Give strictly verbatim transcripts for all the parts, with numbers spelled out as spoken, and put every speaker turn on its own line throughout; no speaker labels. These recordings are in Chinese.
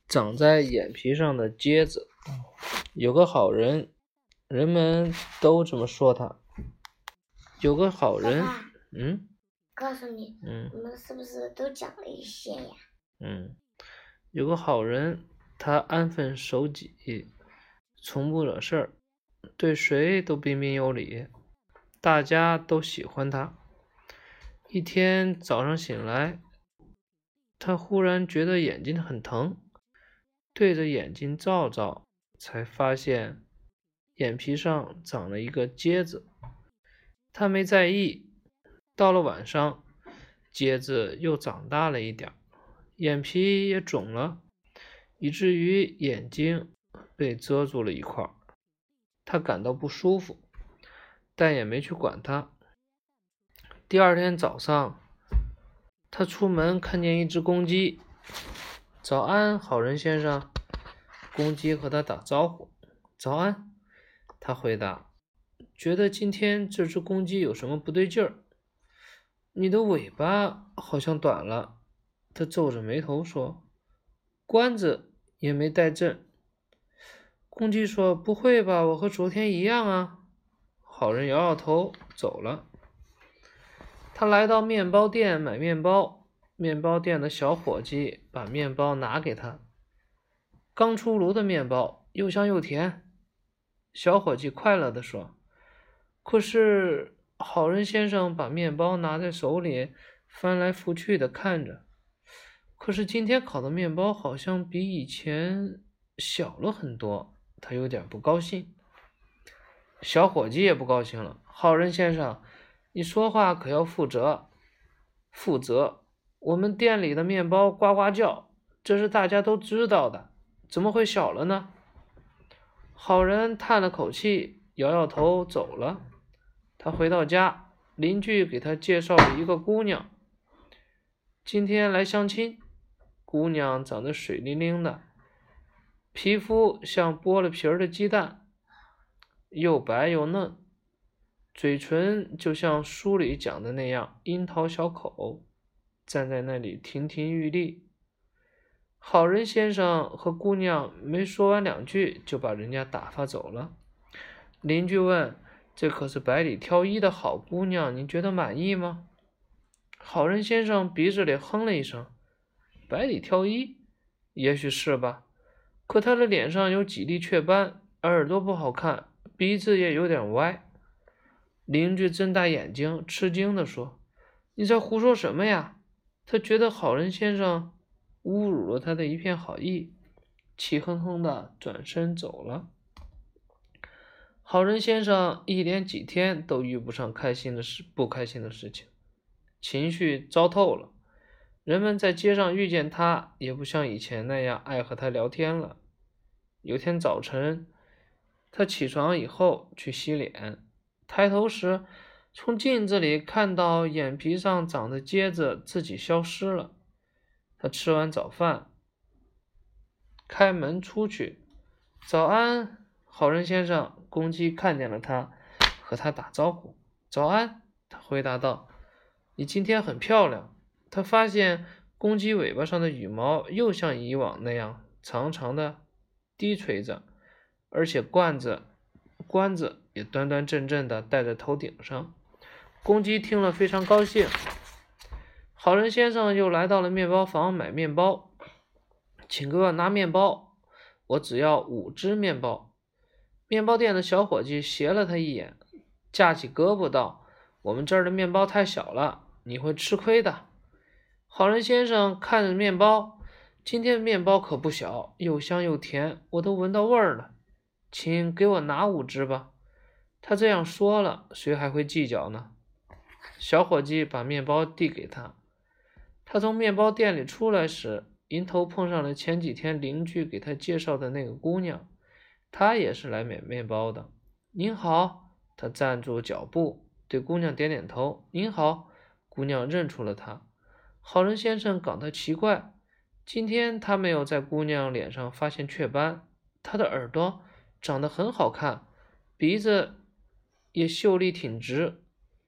长在眼皮上的疖子。有个好人，人们都这么说他。有个好人，
爸爸
嗯，
告诉你，
嗯，
我们是不是都讲了一些呀？
嗯，有个好人，他安分守己，从不惹事儿，对谁都彬彬有礼，大家都喜欢他。一天早上醒来，他忽然觉得眼睛很疼，对着眼睛照照，才发现眼皮上长了一个疖子。他没在意，到了晚上，疖子又长大了一点，眼皮也肿了，以至于眼睛被遮住了一块。他感到不舒服，但也没去管它。第二天早上，他出门看见一只公鸡。早安，好人先生。公鸡和他打招呼。早安，他回答，觉得今天这只公鸡有什么不对劲儿。你的尾巴好像短了，他皱着眉头说，冠子也没带正。公鸡说，不会吧，我和昨天一样啊。好人摇摇头走了。他来到面包店买面包，面包店的小伙计把面包拿给他。刚出炉的面包，又香又甜。小伙计快乐地说。可是好人先生把面包拿在手里，翻来覆去地看着。可是今天烤的面包好像比以前小了很多，他有点不高兴。小伙计也不高兴了。好人先生，你说话可要负责。负责？我们店里的面包呱呱叫，这是大家都知道的，怎么会小了呢？好人叹了口气，摇摇头走了。他回到家，邻居给他介绍了一个姑娘，今天来相亲。姑娘长得水灵灵的，皮肤像剥了皮儿的鸡蛋，又白又嫩，嘴唇就像书里讲的那样樱桃小口，站在那里亭亭玉立。好人先生和姑娘没说完两句，就把人家打发走了。邻居问，这可是百里挑一的好姑娘，你觉得满意吗？好人先生鼻子里哼了一声，百里挑一，也许是吧，可他的脸上有几粒雀斑，耳朵不好看，鼻子也有点歪。邻居睁大眼睛，吃惊地说，你在胡说什么呀？他觉得好人先生侮辱了他的一片好意，气哼哼地转身走了。好人先生一连几天都遇不上开心的事，不开心的事情，情绪糟透了。人们在街上遇见他，也不像以前那样爱和他聊天了。有天早晨，他起床以后去洗脸，抬头时，从镜子里看到眼皮上长的疖子自己消失了。他吃完早饭，开门出去，早安，好人先生。公鸡看见了他，和他打招呼。早安，他回答道，你今天很漂亮。他发现公鸡尾巴上的羽毛又像以往那样长长的低垂着，而且冠子冠子也端端正正的戴在头顶上。公鸡听了非常高兴。好人先生又来到了面包房买面包，请给我拿面包，我只要五只面包。面包店的小伙计斜了他一眼，架起胳膊道，我们这儿的面包太小了，你会吃亏的。好人先生看着面包，今天面包可不小，又香又甜，我都闻到味儿了，请给我拿五只吧。他这样说了，谁还会计较呢？小伙计把面包递给他。他从面包店里出来时，迎头碰上了前几天邻居给他介绍的那个姑娘，她也是来买面包的。您好，他站住脚步，对姑娘点点头。您好，姑娘认出了他。好人先生感到奇怪，今天他没有在姑娘脸上发现雀斑，她的耳朵长得很好看，鼻子也秀丽挺直。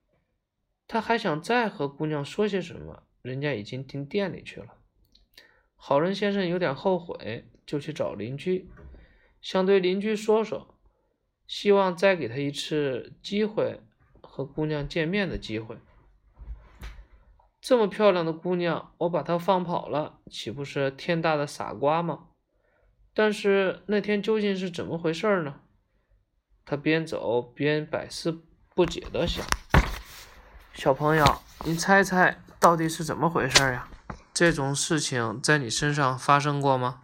他还想再和姑娘说些什么，人家已经进店里去了。 好人先生有点后悔，就去找邻居，想对邻居说说，希望再给他一次机会，和姑娘见面的机会。这么漂亮的姑娘，我把她放跑了，岂不是天大的傻瓜吗？但是那天究竟是怎么回事呢？他边走边百思不解地想。小朋友，你猜猜到底是怎么回事呀？这种事情在你身上发生过吗？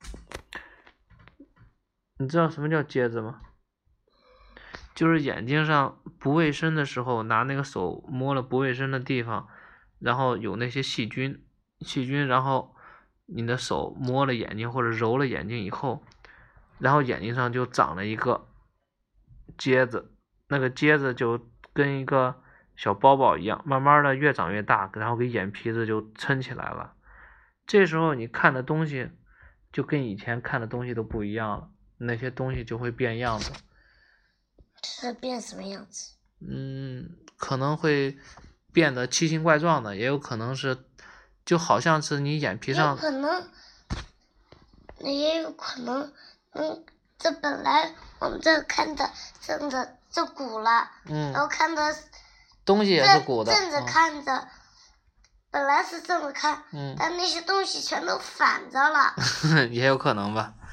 你知道什么叫疖子吗？就是眼睛上不卫生的时候，拿那个手摸了不卫生的地方，然后有那些细菌，细菌，然后你的手摸了眼睛或者揉了眼睛以后，然后眼睛上就长了一个疖子，那个疖子就跟一个小包包一样，慢慢的越长越大，然后给眼皮子就撑起来了。这时候你看的东西就跟以前看的东西都不一样了，那些东西就会变样子。
是变什么样子？
嗯，可能会变得奇形怪状的，也有可能是，就好像是你眼皮上，
有可能，也有可能，嗯，这本来我们这看的正着这鼓了，
嗯，
然后看的
东西也是鼓的，
正着看着，嗯、本来是正着看，
嗯，
但那些东西全都反着了，
也有可能吧。